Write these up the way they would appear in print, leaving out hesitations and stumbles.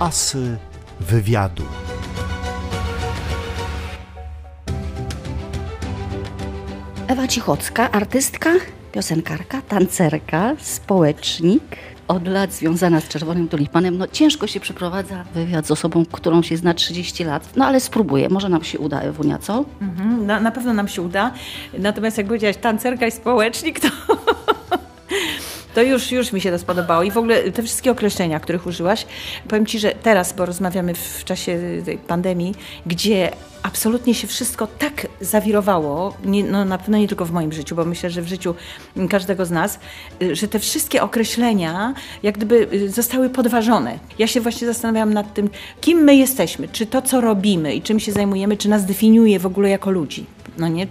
Asy wywiadu. Ewa Cichocka, artystka, piosenkarka, tancerka, społecznik, od lat związana z Czerwonym Tulipanem. No ciężko się przeprowadza wywiad z osobą, którą się zna 30 lat. No ale spróbuję, może nam się uda, Ewunia, co? Na pewno nam się uda. Natomiast jak powiedziałaś tancerka i społecznik, to już mi się to spodobało. I w ogóle te wszystkie określenia, których użyłaś, powiem Ci, że teraz, bo rozmawiamy w czasie tej pandemii, gdzie absolutnie się wszystko tak zawirowało, na pewno nie tylko w moim życiu, bo myślę, że w życiu każdego z nas, że te wszystkie określenia jak gdyby zostały podważone. Ja się właśnie zastanawiałam nad tym, kim my jesteśmy, czy to, co robimy i czym się zajmujemy, czy nas definiuje w ogóle jako ludzi. No nie?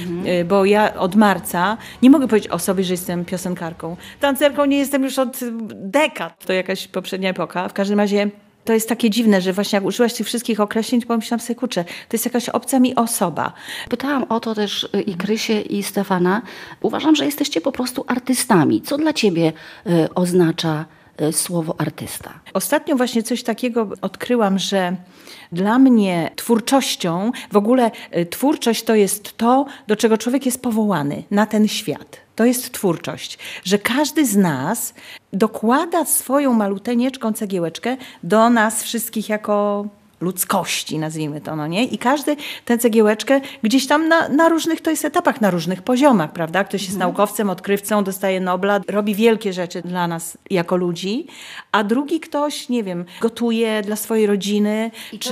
Bo ja od marca nie mogę powiedzieć o sobie, że jestem piosenkarką. Tancerką nie jestem już od dekad. To jakaś poprzednia epoka. W każdym razie to jest takie dziwne, że właśnie jak użyłaś tych wszystkich określeń, to pomyślałam sobie, kurczę, to jest jakaś obca mi osoba. Pytałam o to też i Krysię, i Stefana. Uważam, że jesteście po prostu artystami. Co dla ciebie oznacza słowo artysta? Ostatnio właśnie coś takiego odkryłam, że dla mnie twórczością, w ogóle twórczość to jest to, do czego człowiek jest powołany na ten świat. To jest twórczość, że każdy z nas dokłada swoją maluteńką cegiełeczkę do nas wszystkich jako ludzkości, nazwijmy to, no nie? I każdy tę cegiełeczkę gdzieś tam na różnych, to jest etapach, na różnych poziomach, prawda? Ktoś jest naukowcem, odkrywcą, dostaje Nobla, robi wielkie rzeczy dla nas jako ludzi, a drugi ktoś, nie wiem, gotuje dla swojej rodziny.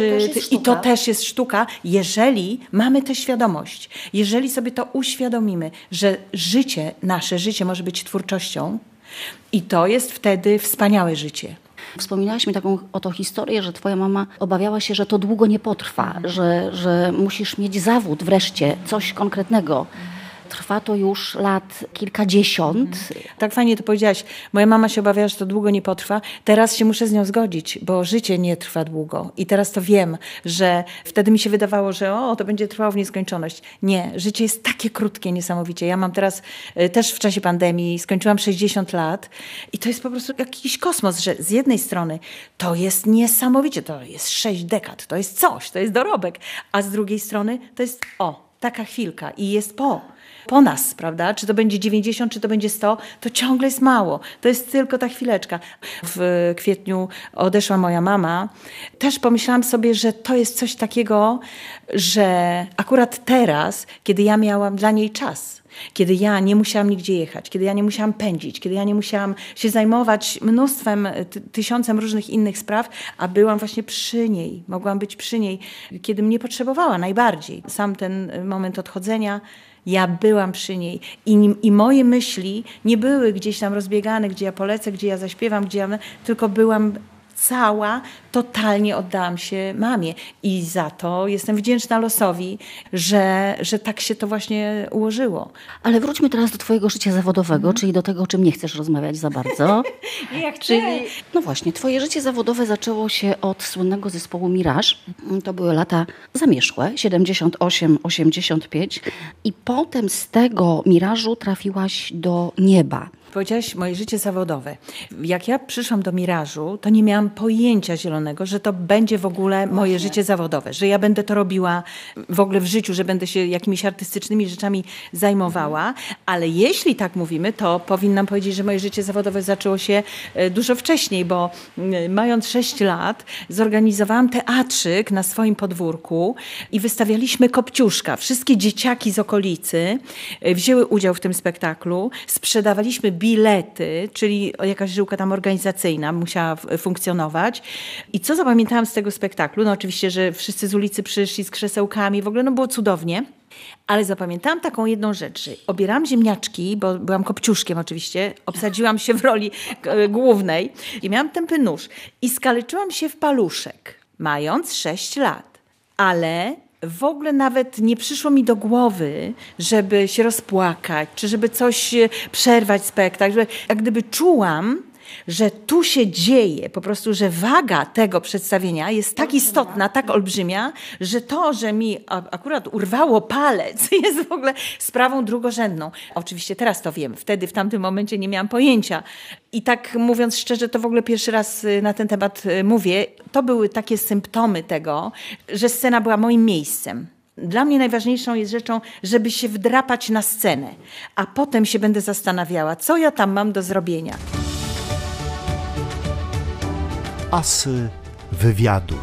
I to też jest sztuka, jeżeli mamy tę świadomość, jeżeli sobie to uświadomimy, że nasze życie może być twórczością i to jest wtedy wspaniałe życie. Wspominałaś mi taką oto historię, że twoja mama obawiała się, że to długo nie potrwa, że musisz mieć zawód wreszcie, coś konkretnego. Trwa to już lat kilkadziesiąt. Tak fajnie to powiedziałaś. Moja mama się obawiała, że to długo nie potrwa. Teraz się muszę z nią zgodzić, bo życie nie trwa długo. I teraz to wiem, że wtedy mi się wydawało, że to będzie trwało w nieskończoność. Nie, życie jest takie krótkie niesamowicie. Ja mam teraz też w czasie pandemii, skończyłam 60 lat i to jest po prostu jakiś kosmos, że z jednej strony to jest niesamowicie, to jest 6 dekad, to jest coś, to jest dorobek, a z drugiej strony to jest taka chwilka i jest po nas, prawda? Czy to będzie 90, czy to będzie 100, to ciągle jest mało. To jest tylko ta chwileczka. W kwietniu odeszła moja mama. Też pomyślałam sobie, że to jest coś takiego, że akurat teraz, kiedy ja miałam dla niej czas, kiedy ja nie musiałam nigdzie jechać, kiedy ja nie musiałam pędzić, kiedy ja nie musiałam się zajmować mnóstwem, tysiącem różnych innych spraw, a byłam właśnie przy niej, mogłam być przy niej, kiedy mnie potrzebowała najbardziej. Sam ten moment odchodzenia, ja byłam przy niej i moje myśli nie były gdzieś tam rozbiegane, gdzie ja polecę, gdzie ja zaśpiewam, tylko byłam cała, totalnie oddałam się mamie i za to jestem wdzięczna losowi, że tak się to właśnie ułożyło. Ale wróćmy teraz do twojego życia zawodowego, czyli do tego, o czym nie chcesz rozmawiać za bardzo. No właśnie, twoje życie zawodowe zaczęło się od słynnego zespołu Miraż. To były lata zamierzchłe, 78, 85 i potem z tego Mirażu trafiłaś do Nieba. Powiedziałaś moje życie zawodowe. Jak ja przyszłam do Mirażu, to nie miałam pojęcia zielonego, że to będzie w ogóle moje życie zawodowe, że ja będę to robiła w ogóle w życiu, że będę się jakimiś artystycznymi rzeczami zajmowała, ale jeśli tak mówimy, to powinnam powiedzieć, że moje życie zawodowe zaczęło się dużo wcześniej, bo mając 6 lat zorganizowałam teatrzyk na swoim podwórku i wystawialiśmy Kopciuszka. Wszystkie dzieciaki z okolicy wzięły udział w tym spektaklu, sprzedawaliśmy bilety, czyli jakaś żyłka tam organizacyjna musiała funkcjonować. I co zapamiętałam z tego spektaklu? No oczywiście, że wszyscy z ulicy przyszli z krzesełkami, w ogóle było cudownie. Ale zapamiętałam taką jedną rzecz, że obierałam ziemniaczki, bo byłam Kopciuszkiem oczywiście, obsadziłam się w roli głównej i miałam tępy nóż i skaleczyłam się w paluszek, mając 6 lat. Ale w ogóle nawet nie przyszło mi do głowy, żeby się rozpłakać, czy żeby coś przerwać spektakl. Jak gdyby czułam, że tu się dzieje, po prostu, że waga tego przedstawienia jest tak istotna, tak olbrzymia, że to, że mi akurat urwało palec, jest w ogóle sprawą drugorzędną. Oczywiście teraz to wiem, wtedy w tamtym momencie nie miałam pojęcia. I tak mówiąc szczerze, to w ogóle pierwszy raz na ten temat mówię. To były takie symptomy tego, że scena była moim miejscem. Dla mnie najważniejszą jest rzeczą, żeby się wdrapać na scenę, a potem się będę zastanawiała, co ja tam mam do zrobienia. Asy wywiadu.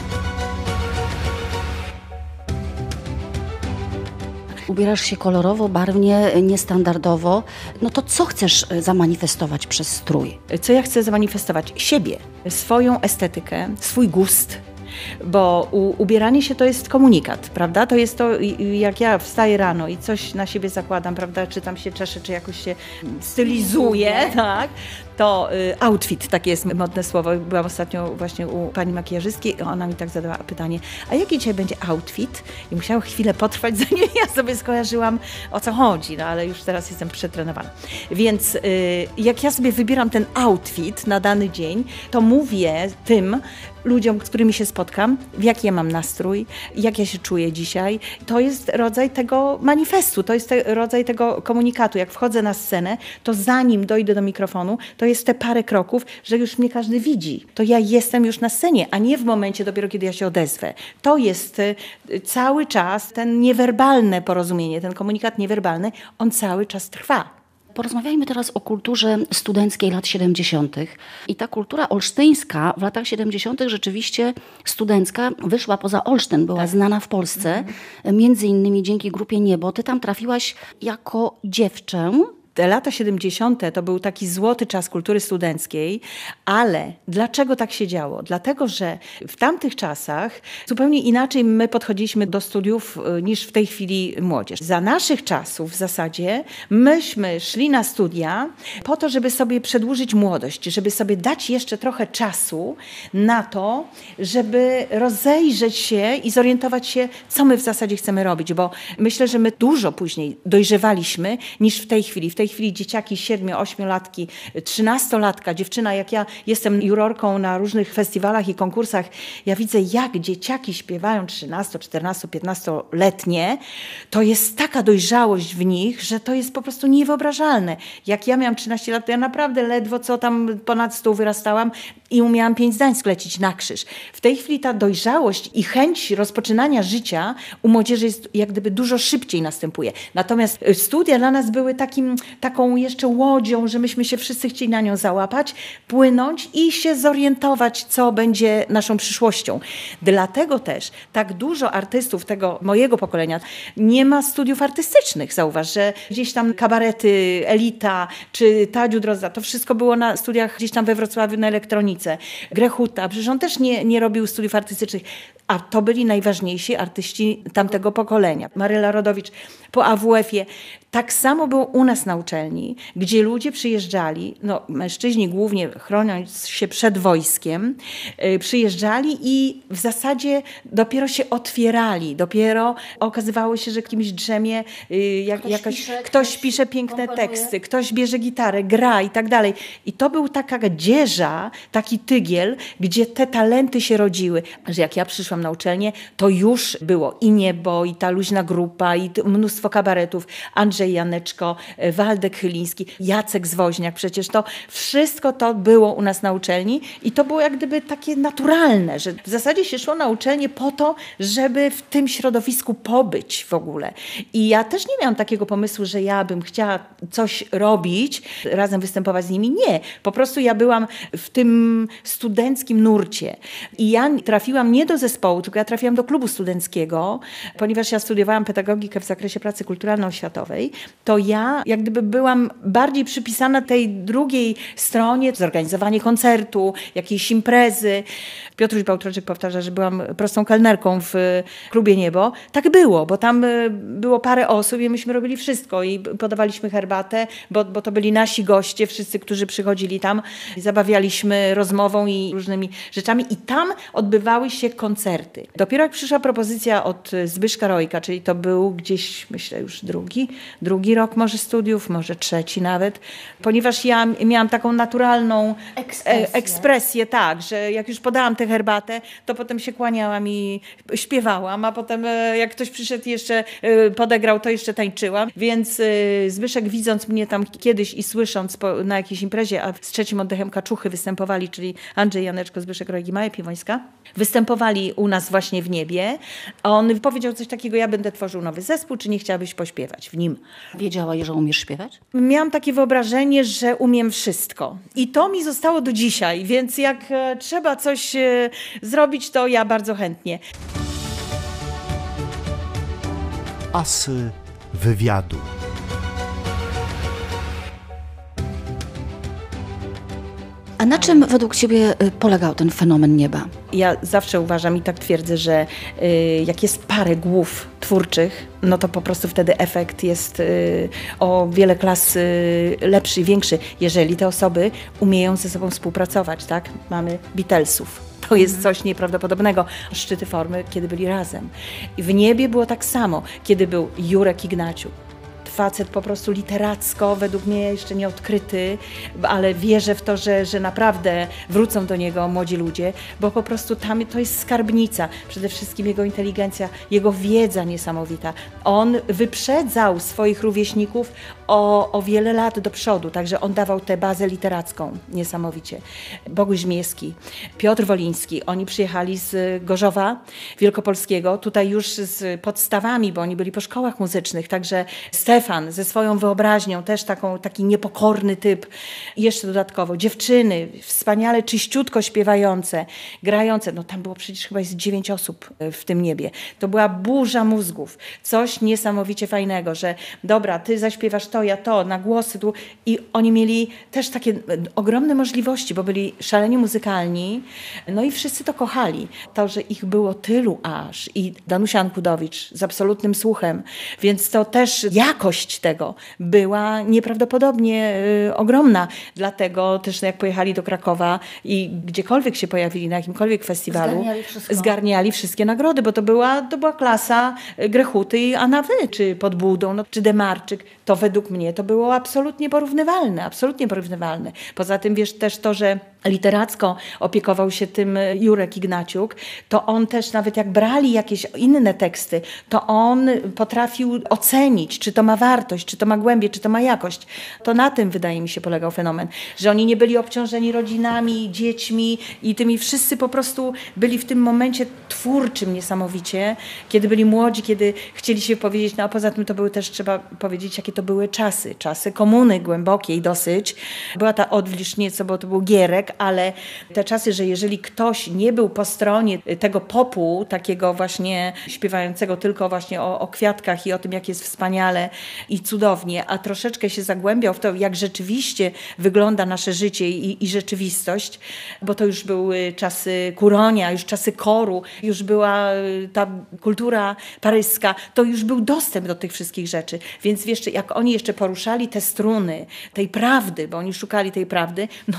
Ubierasz się kolorowo, barwnie, niestandardowo. No to co chcesz zamanifestować przez strój? Co ja chcę zamanifestować? Siebie, swoją estetykę, swój gust. Bo ubieranie się to jest komunikat, prawda? To jest to, jak ja wstaję rano i coś na siebie zakładam, prawda? Czy tam się czeszę, czy jakoś się stylizuję, tak? To outfit, takie jest modne słowo. Byłam ostatnio właśnie u pani makijażystki i ona mi tak zadała pytanie, a jaki dzisiaj będzie outfit? I musiałam chwilę potrwać, zanim ja sobie skojarzyłam, o co chodzi, no ale już teraz jestem przetrenowana. Więc jak ja sobie wybieram ten outfit na dany dzień, to mówię tym ludziom, z którymi się spotkam, w jaki ja mam nastrój, jak ja się czuję dzisiaj. To jest rodzaj tego manifestu, to jest rodzaj tego komunikatu. Jak wchodzę na scenę, to zanim dojdę do mikrofonu, to jest te parę kroków, że już mnie każdy widzi. To ja jestem już na scenie, a nie w momencie dopiero, kiedy ja się odezwę. To jest cały czas ten niewerbalne porozumienie, ten komunikat niewerbalny, on cały czas trwa. Porozmawiajmy teraz o kulturze studenckiej lat 70. I ta kultura olsztyńska w latach 70. rzeczywiście studencka wyszła poza Olsztyn, była znana w Polsce, między innymi dzięki grupie Niebo. Ty tam trafiłaś jako dziewczę. Te lata 70. to był taki złoty czas kultury studenckiej, ale dlaczego tak się działo? Dlatego, że w tamtych czasach zupełnie inaczej my podchodziliśmy do studiów niż w tej chwili młodzież. Za naszych czasów w zasadzie myśmy szli na studia po to, żeby sobie przedłużyć młodość, żeby sobie dać jeszcze trochę czasu na to, żeby rozejrzeć się i zorientować się, co my w zasadzie chcemy robić, bo myślę, że my dużo później dojrzewaliśmy niż w tej chwili. W tej chwili dzieciaki 7-8-latki, 13-latka, dziewczyna, jak ja jestem jurorką na różnych festiwalach i konkursach, ja widzę, jak dzieciaki śpiewają 13, 14, 15-letnie, to jest taka dojrzałość w nich, że to jest po prostu niewyobrażalne. Jak ja miałam 13 lat, to ja naprawdę ledwo co tam ponad stół wyrastałam i umiałam 5 zdań sklecić na krzyż. W tej chwili ta dojrzałość i chęć rozpoczynania życia u młodzieży jest jak gdyby dużo szybciej następuje. Natomiast studia dla nas były taką jeszcze łodzią, że myśmy się wszyscy chcieli na nią załapać, płynąć i się zorientować, co będzie naszą przyszłością. Dlatego też tak dużo artystów tego mojego pokolenia nie ma studiów artystycznych. Zauważ, że gdzieś tam kabarety, Elita czy Tadziu Drozda, to wszystko było na studiach gdzieś tam we Wrocławiu na elektronice. Grechuta, przecież on też nie robił studiów artystycznych. A to byli najważniejsi artyści tamtego pokolenia. Maryla Rodowicz po AWF-ie. Tak samo było u nas na uczelni, gdzie ludzie przyjeżdżali, no mężczyźni głównie chroniąc się przed wojskiem, przyjeżdżali i w zasadzie dopiero się otwierali. Dopiero okazywało się, że w kimś drzemie ktoś pisze piękne teksty, ktoś bierze gitarę, gra i tak dalej. I to był taka dzieża, taki tygiel, gdzie te talenty się rodziły. Że jak ja przyszłam na uczelnię, to już było i Niebo, i ta luźna grupa, i mnóstwo kabaretów. Andrzej Janeczko, Waldek Chyliński, Jacek Zwoźniak. Przecież to wszystko to było u nas na uczelni i to było jak gdyby takie naturalne, że w zasadzie się szło na uczelnię po to, żeby w tym środowisku pobyć w ogóle. I ja też nie miałam takiego pomysłu, że ja bym chciała coś robić, razem występować z nimi. Nie. Po prostu ja byłam w tym studenckim nurcie. I ja trafiłam nie do zespołu, tylko ja trafiłam do klubu studenckiego, ponieważ ja studiowałam pedagogikę w zakresie pracy kulturalno-oświatowej, to ja jak gdyby byłam bardziej przypisana tej drugiej stronie, zorganizowanie koncertu, jakiejś imprezy. Piotruś Bałtroczyk powtarza, że byłam prostą kelnerką w klubie Niebo. Tak było, bo tam było parę osób i myśmy robili wszystko i podawaliśmy herbatę, bo to byli nasi goście, wszyscy, którzy przychodzili tam. Zabawialiśmy rozmową i różnymi rzeczami i tam odbywały się koncerty. koncerty. Dopiero jak przyszła propozycja od Zbyszka Rojka, czyli to był gdzieś, myślę, już drugi rok może studiów, może trzeci nawet, ponieważ ja miałam taką naturalną ekspresję, tak, że jak już podałam tę herbatę, to potem się kłaniałam i śpiewałam, a potem jak ktoś przyszedł i jeszcze podegrał, to jeszcze tańczyłam. Więc Zbyszek, widząc mnie tam kiedyś i słysząc na jakiejś imprezie, a z trzecim oddechem Kaczuchy występowali, czyli Andrzej Janeczko, Zbyszek Rojk i Maja Piwońska, występowali u nas właśnie w Niebie. A on powiedział coś takiego: ja będę tworzył nowy zespół, czy nie chciałabyś pośpiewać w nim? Wiedziałaś, że umiesz śpiewać? Miałam takie wyobrażenie, że umiem wszystko. I to mi zostało do dzisiaj, więc jak trzeba coś zrobić, to ja bardzo chętnie. Asy wywiadu. A na czym według Ciebie polegał ten fenomen nieba? Ja zawsze uważam i tak twierdzę, że jak jest parę głów twórczych, no to po prostu wtedy efekt jest o wiele klas lepszy, większy, jeżeli te osoby umieją ze sobą współpracować, tak? Mamy Beatlesów. To jest coś nieprawdopodobnego. Szczyty formy, kiedy byli razem. I w Niebie było tak samo, kiedy był Jurek Ignaciuk. Facet po prostu literacko, według mnie jeszcze nieodkryty, ale wierzę w to, że naprawdę wrócą do niego młodzi ludzie, bo po prostu tam to jest skarbnica. Przede wszystkim jego inteligencja, jego wiedza niesamowita. On wyprzedzał swoich rówieśników o wiele lat do przodu, także on dawał tę bazę literacką niesamowicie. Boguś Żmijewski, Piotr Woliński, oni przyjechali z Gorzowa Wielkopolskiego, tutaj już z podstawami, bo oni byli po szkołach muzycznych, także Stefan ze swoją wyobraźnią, też taki niepokorny typ. I jeszcze dodatkowo dziewczyny, wspaniale czyściutko śpiewające, grające, no tam było przecież chyba jest 9 osób w tym Niebie. To była burza mózgów, coś niesamowicie fajnego, że dobra, ty zaśpiewasz to, ja to, na głosy tu. I oni mieli też takie ogromne możliwości, bo byli szalenie muzykalni, no i wszyscy to kochali. To, że ich było tylu aż i Danusia Ankudowicz z absolutnym słuchem, więc to też jakość tego była nieprawdopodobnie ogromna. Dlatego też jak pojechali do Krakowa i gdziekolwiek się pojawili, na jakimkolwiek festiwalu, zgarniali wszystkie nagrody, bo to była klasa Grechuty i Anna Wy, czy Pod Budą, no, czy Demarczyk. To według mnie to było absolutnie porównywalne, absolutnie porównywalne. Poza tym wiesz też to, że literacko opiekował się tym Jurek Ignaciuk, to on też nawet jak brali jakieś inne teksty, to on potrafił ocenić, czy to ma wartość, czy to ma głębię, czy to ma jakość. To na tym, wydaje mi się, polegał fenomen, że oni nie byli obciążeni rodzinami, dziećmi i tymi wszyscy po prostu byli w tym momencie twórczym niesamowicie, kiedy byli młodzi, kiedy chcieli się powiedzieć, no a poza tym to były też, trzeba powiedzieć, jakie to były czasy komuny głębokiej dosyć. Była ta odwilż nieco, bo to był Gierek, ale te czasy, że jeżeli ktoś nie był po stronie tego popu, takiego właśnie śpiewającego tylko właśnie o kwiatkach i o tym, jak jest wspaniale i cudownie, a troszeczkę się zagłębiał w to, jak rzeczywiście wygląda nasze życie i rzeczywistość, bo to już były czasy Kuronia, już czasy Koru, już była ta kultura paryska, to już był dostęp do tych wszystkich rzeczy. Więc wiesz, jak oni jeszcze poruszali te struny tej prawdy, bo oni szukali tej prawdy, no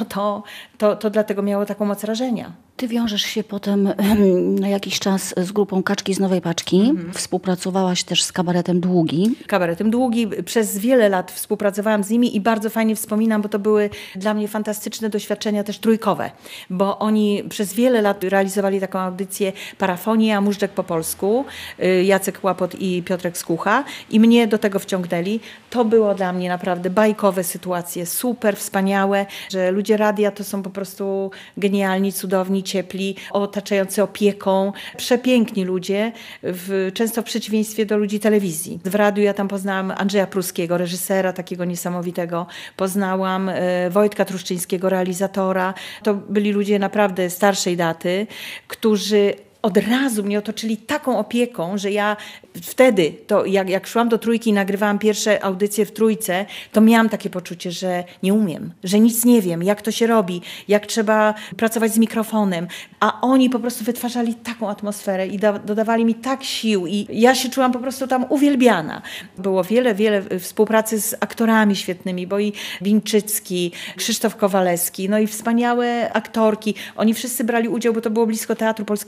to dlatego miało taką moc rażenia. Ty wiążesz się potem na jakiś czas z grupą Kaczki z Nowej Paczki. Współpracowałaś też z Kabaretem Długi. Kabaretem Długi. Przez wiele lat współpracowałam z nimi i bardzo fajnie wspominam, bo to były dla mnie fantastyczne doświadczenia też trójkowe, bo oni przez wiele lat realizowali taką audycję Parafonia, Móżdżek po polsku, Jacek Łapot i Piotrek Skucha i mnie do tego wciągnęli. To było dla mnie naprawdę bajkowe sytuacje, super, wspaniałe, że ludzie radia to są po prostu genialni, cudowni, ciepli, otaczający opieką, przepiękni ludzie, często w przeciwieństwie do ludzi telewizji. W radiu ja tam poznałam Andrzeja Pruskiego, reżysera takiego niesamowitego. Poznałam Wojtka Truszczyńskiego, realizatora. To byli ludzie naprawdę starszej daty, którzy od razu mnie otoczyli taką opieką, że ja wtedy, to jak szłam do Trójki i nagrywałam pierwsze audycje w Trójce, to miałam takie poczucie, że nie umiem, że nic nie wiem, jak to się robi, jak trzeba pracować z mikrofonem. A oni po prostu wytwarzali taką atmosferę i dodawali mi tak sił i ja się czułam po prostu tam uwielbiana. Było wiele współpracy z aktorami świetnymi, bo i Winczycki, Krzysztof Kowalewski, no i wspaniałe aktorki. Oni wszyscy brali udział, bo to było blisko Teatru Polskiego Radia,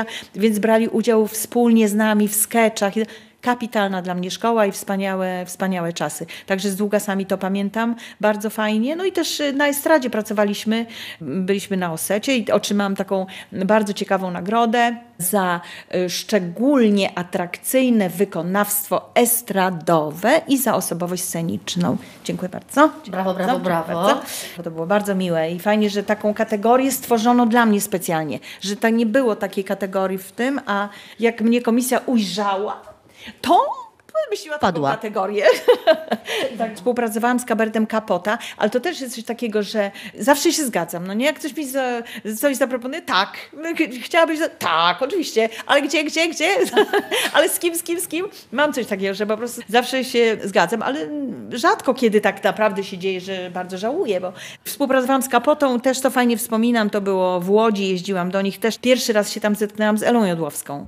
studia, więc brali udział wspólnie z nami w sketchach. Kapitalna dla mnie szkoła i wspaniałe czasy. Także z Długasami to pamiętam bardzo fajnie. No i też na estradzie pracowaliśmy, byliśmy na Osecie i otrzymałam taką bardzo ciekawą nagrodę za szczególnie atrakcyjne wykonawstwo estradowe i za osobowość sceniczną. Dziękuję bardzo. Brawo, brawo, brawo. Bardzo. To było bardzo miłe i fajnie, że taką kategorię stworzono dla mnie specjalnie, że to nie było takiej kategorii w tym, a jak mnie komisja ujrzała, to wymyśliła taką kategorię. Tak, współpracowałam z kabaretem Kapota, ale to też jest coś takiego, że zawsze się zgadzam. No nie, jak ktoś mi coś zaproponuje, tak. Chciałabyś, tak, oczywiście, ale gdzie? Ale z kim? Mam coś takiego, że po prostu zawsze się zgadzam, ale rzadko kiedy tak naprawdę się dzieje, że bardzo żałuję, bo współpracowałam z Kapotą, też to fajnie wspominam, to było w Łodzi, jeździłam do nich, też pierwszy raz się tam zetknęłam z Elą Jodłowską.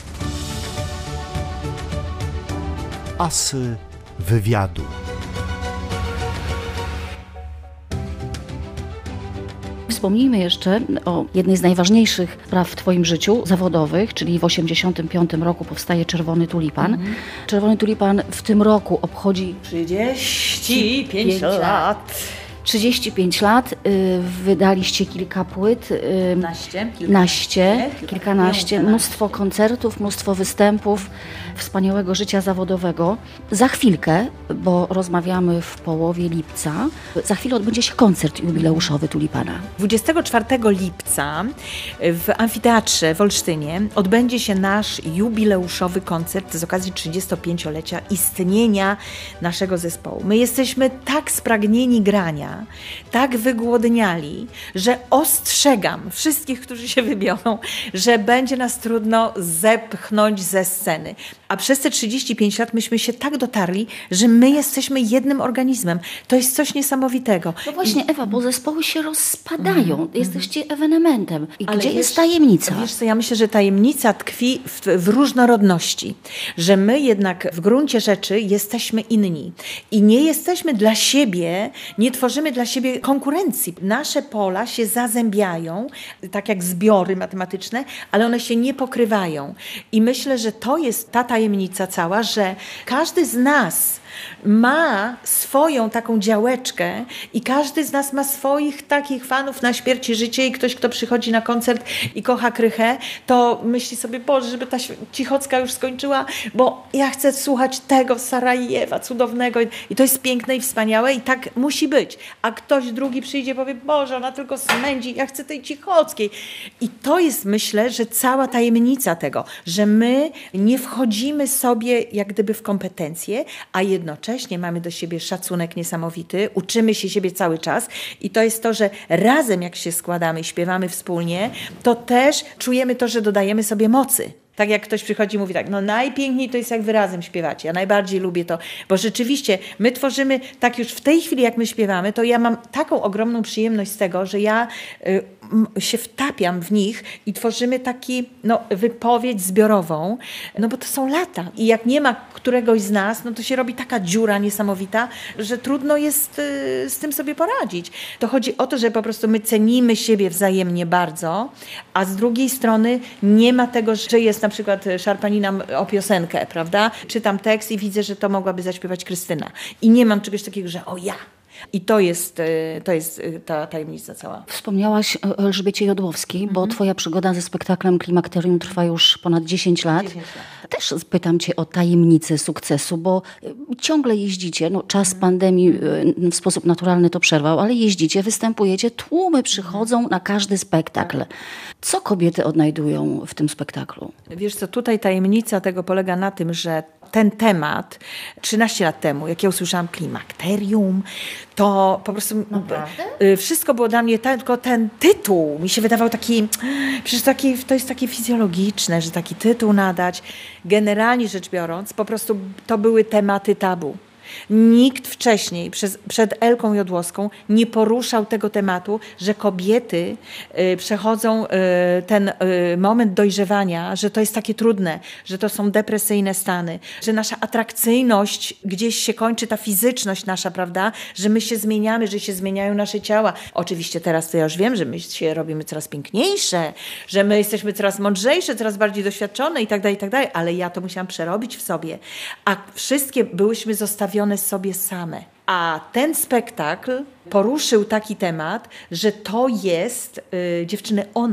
Asy wywiadu. Wspomnijmy jeszcze o jednej z najważniejszych spraw w Twoim życiu zawodowych, czyli w 1985 roku powstaje Czerwony Tulipan. Czerwony Tulipan w tym roku obchodzi 35 lat. 35 lat, wydaliście kilka płyt, kilkanaście, mnóstwo koncertów, mnóstwo występów, wspaniałego życia zawodowego. Za chwilkę, bo rozmawiamy w połowie lipca, za chwilę odbędzie się koncert jubileuszowy Tulipana. 24 lipca w Amfiteatrze w Olsztynie odbędzie się nasz jubileuszowy koncert z okazji 35-lecia istnienia naszego zespołu. My jesteśmy tak spragnieni grania, tak wygłodniali, że ostrzegam wszystkich, którzy się wybiorą, że będzie nas trudno zepchnąć ze sceny. A przez te 35 lat myśmy się tak dotarli, że my jesteśmy jednym organizmem. To jest coś niesamowitego. No właśnie, Ewa, bo zespoły się rozpadają. Jesteście ewenementem. I gdzie jest tajemnica? Wiesz co, ja myślę, że tajemnica tkwi w różnorodności. Że my jednak w gruncie rzeczy jesteśmy inni. I nie jesteśmy dla siebie, nie tworzymy dla siebie konkurencji. Nasze pola się zazębiają, tak jak zbiory matematyczne, ale one się nie pokrywają. I myślę, że to jest ta tajemnica cała, że każdy z nas ma swoją taką działeczkę i każdy z nas ma swoich takich fanów na śmierć i życie i ktoś, kto przychodzi na koncert i kocha Krychę, to myśli sobie, Boże, żeby ta Cichocka już skończyła, bo ja chcę słuchać tego Sarajewa cudownego i to jest piękne i wspaniałe i tak musi być. A ktoś drugi przyjdzie i powie, Boże, ona tylko smędzi, ja chcę tej Cichockiej. I to jest, myślę, że cała tajemnica tego, że my nie wchodzimy sobie jak gdyby w kompetencje, a jednocześnie mamy do siebie szacunek niesamowity, uczymy się siebie cały czas i to jest to, że razem jak się składamy i śpiewamy wspólnie, to też czujemy to, że dodajemy sobie mocy. Tak jak ktoś przychodzi i mówi tak, no najpiękniej to jest jak wy razem śpiewacie. Ja najbardziej lubię to, bo rzeczywiście my tworzymy, tak już w tej chwili jak my śpiewamy, to ja mam taką ogromną przyjemność z tego, że ja się wtapiam w nich i tworzymy taki, wypowiedź zbiorową, no bo to są lata. I jak nie ma któregoś z nas, no to się robi taka dziura niesamowita, że trudno jest z tym sobie poradzić. To chodzi o to, że po prostu my cenimy siebie wzajemnie bardzo, a z drugiej strony nie ma tego, że jest na przykład szarpanina o piosenkę, prawda? Czytam tekst i widzę, że to mogłaby zaśpiewać Krystyna. I nie mam czegoś takiego, że ja. I to jest ta tajemnica cała. Wspomniałaś o Elżbiecie Jodłowskiej, bo twoja przygoda ze spektaklem Klimakterium trwa już ponad 10 lat. 10 lat. Też pytam cię o tajemnicę sukcesu, bo ciągle jeździcie, czas pandemii w sposób naturalny to przerwał, ale jeździcie, występujecie, tłumy przychodzą na każdy spektakl. Co kobiety odnajdują w tym spektaklu? Wiesz co, tutaj tajemnica tego polega na tym, że ten temat 13 lat temu, jak ja usłyszałam Klimakterium, to po prostu wszystko było dla mnie, tylko ten tytuł mi się wydawał taki, przecież to jest takie fizjologiczne, że taki tytuł nadać. Generalnie rzecz biorąc, po prostu to były tematy tabu. Nikt wcześniej przed Elką Jodłowską nie poruszał tego tematu, że kobiety przechodzą ten moment dojrzewania, że to jest takie trudne, że to są depresyjne stany, że nasza atrakcyjność gdzieś się kończy, ta fizyczność nasza, prawda, że my się zmieniamy, że się zmieniają nasze ciała. Oczywiście teraz to ja już wiem, że my się robimy coraz piękniejsze, że my jesteśmy coraz mądrzejsze, coraz bardziej doświadczone i tak dalej, ale ja to musiałam przerobić w sobie. A wszystkie byłyśmy zostawione sobie same. A ten spektakl poruszył taki temat, że to jest, dziewczyny, o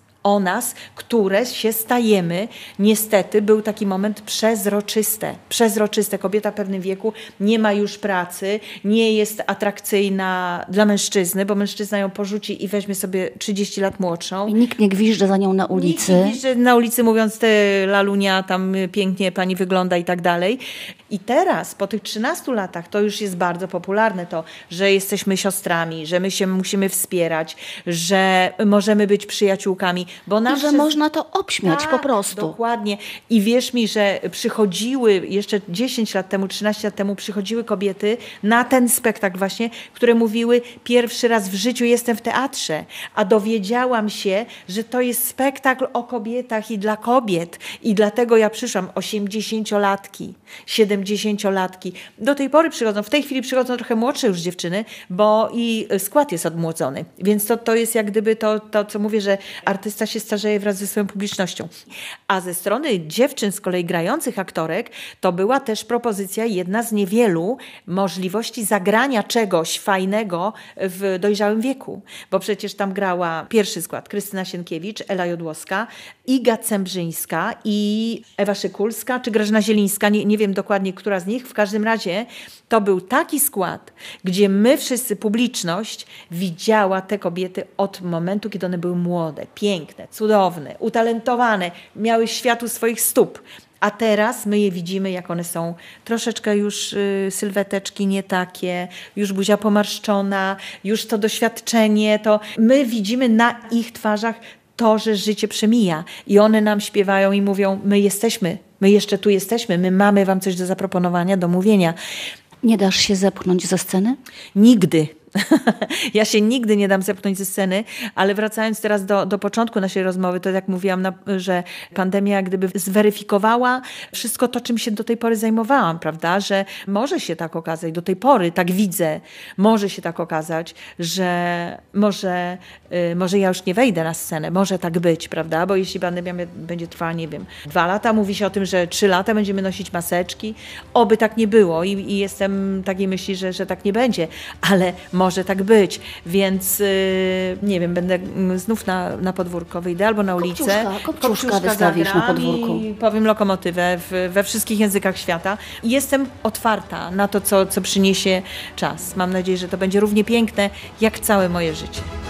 nas, które się stajemy. Niestety był taki moment przezroczyste. Kobieta w pewnym wieku nie ma już pracy, nie jest atrakcyjna dla mężczyzny, bo mężczyzna ją porzuci i weźmie sobie 30 lat młodszą. I nikt nie gwizdże za nią na ulicy. Nikt nie gwizdże na ulicy, mówiąc, lalunia, tam pięknie pani wygląda i tak dalej. I teraz, po tych 13 latach, to już jest bardzo popularne to, że jesteśmy siostrami, że my się musimy wspierać, że możemy być przyjaciółkami. Bo I że można to obśmiać po prostu. Dokładnie. I wierz mi, że przychodziły jeszcze 10 lat temu, 13 lat temu przychodziły kobiety na ten spektakl właśnie, które mówiły: pierwszy raz w życiu jestem w teatrze, a dowiedziałam się, że to jest spektakl o kobietach i dla kobiet. I dlatego ja przyszłam. 80-latki, 70-latki. Do tej pory przychodzą, w tej chwili przychodzą trochę młodsze już dziewczyny, bo i skład jest odmłodzony. Więc to jest jak gdyby to, co mówię, że artysta się starzeje wraz ze swoją publicznością. A ze strony dziewczyn z kolei grających aktorek, to była też propozycja, jedna z niewielu możliwości zagrania czegoś fajnego w dojrzałym wieku. Bo przecież tam grała pierwszy skład: Krystyna Sienkiewicz, Ela Jodłowska, Iga Cembrzyńska i Ewa Szykulska, czy Grażyna Zielińska, nie wiem dokładnie, która z nich. W każdym razie to był taki skład, gdzie my wszyscy, publiczność, widziała te kobiety od momentu, kiedy one były młode, piękne, cudowne, utalentowane, miały świat u swoich stóp. A teraz my je widzimy, jak one są troszeczkę już sylweteczki nie takie, już buzia pomarszczona, już to doświadczenie, to my widzimy na ich twarzach to, że życie przemija. I one nam śpiewają i mówią: my jesteśmy, my jeszcze tu jesteśmy, my mamy wam coś do zaproponowania, do mówienia. Nie dasz się zepchnąć ze sceny? Nigdy. Ja się nigdy nie dam zepchnąć ze sceny, ale wracając teraz do początku naszej rozmowy, to jak mówiłam, że pandemia jak gdyby zweryfikowała wszystko to, czym się do tej pory zajmowałam, prawda? Że może się tak okazać, do tej pory tak widzę, może się tak okazać, że może ja już nie wejdę na scenę, może tak być, prawda? Bo jeśli pandemia będzie trwała, nie wiem, 2 lata, mówi się o tym, że 3 lata będziemy nosić maseczki. Oby tak nie było i jestem takiej myśli, że tak nie będzie, ale może tak być, więc nie wiem, będę znów na podwórko, wyjdę albo na ulicę. Kopciuszka wystawisz na podwórku. I powiem Lokomotywę we wszystkich językach świata. I jestem otwarta na to, co przyniesie czas. Mam nadzieję, że to będzie równie piękne, jak całe moje życie.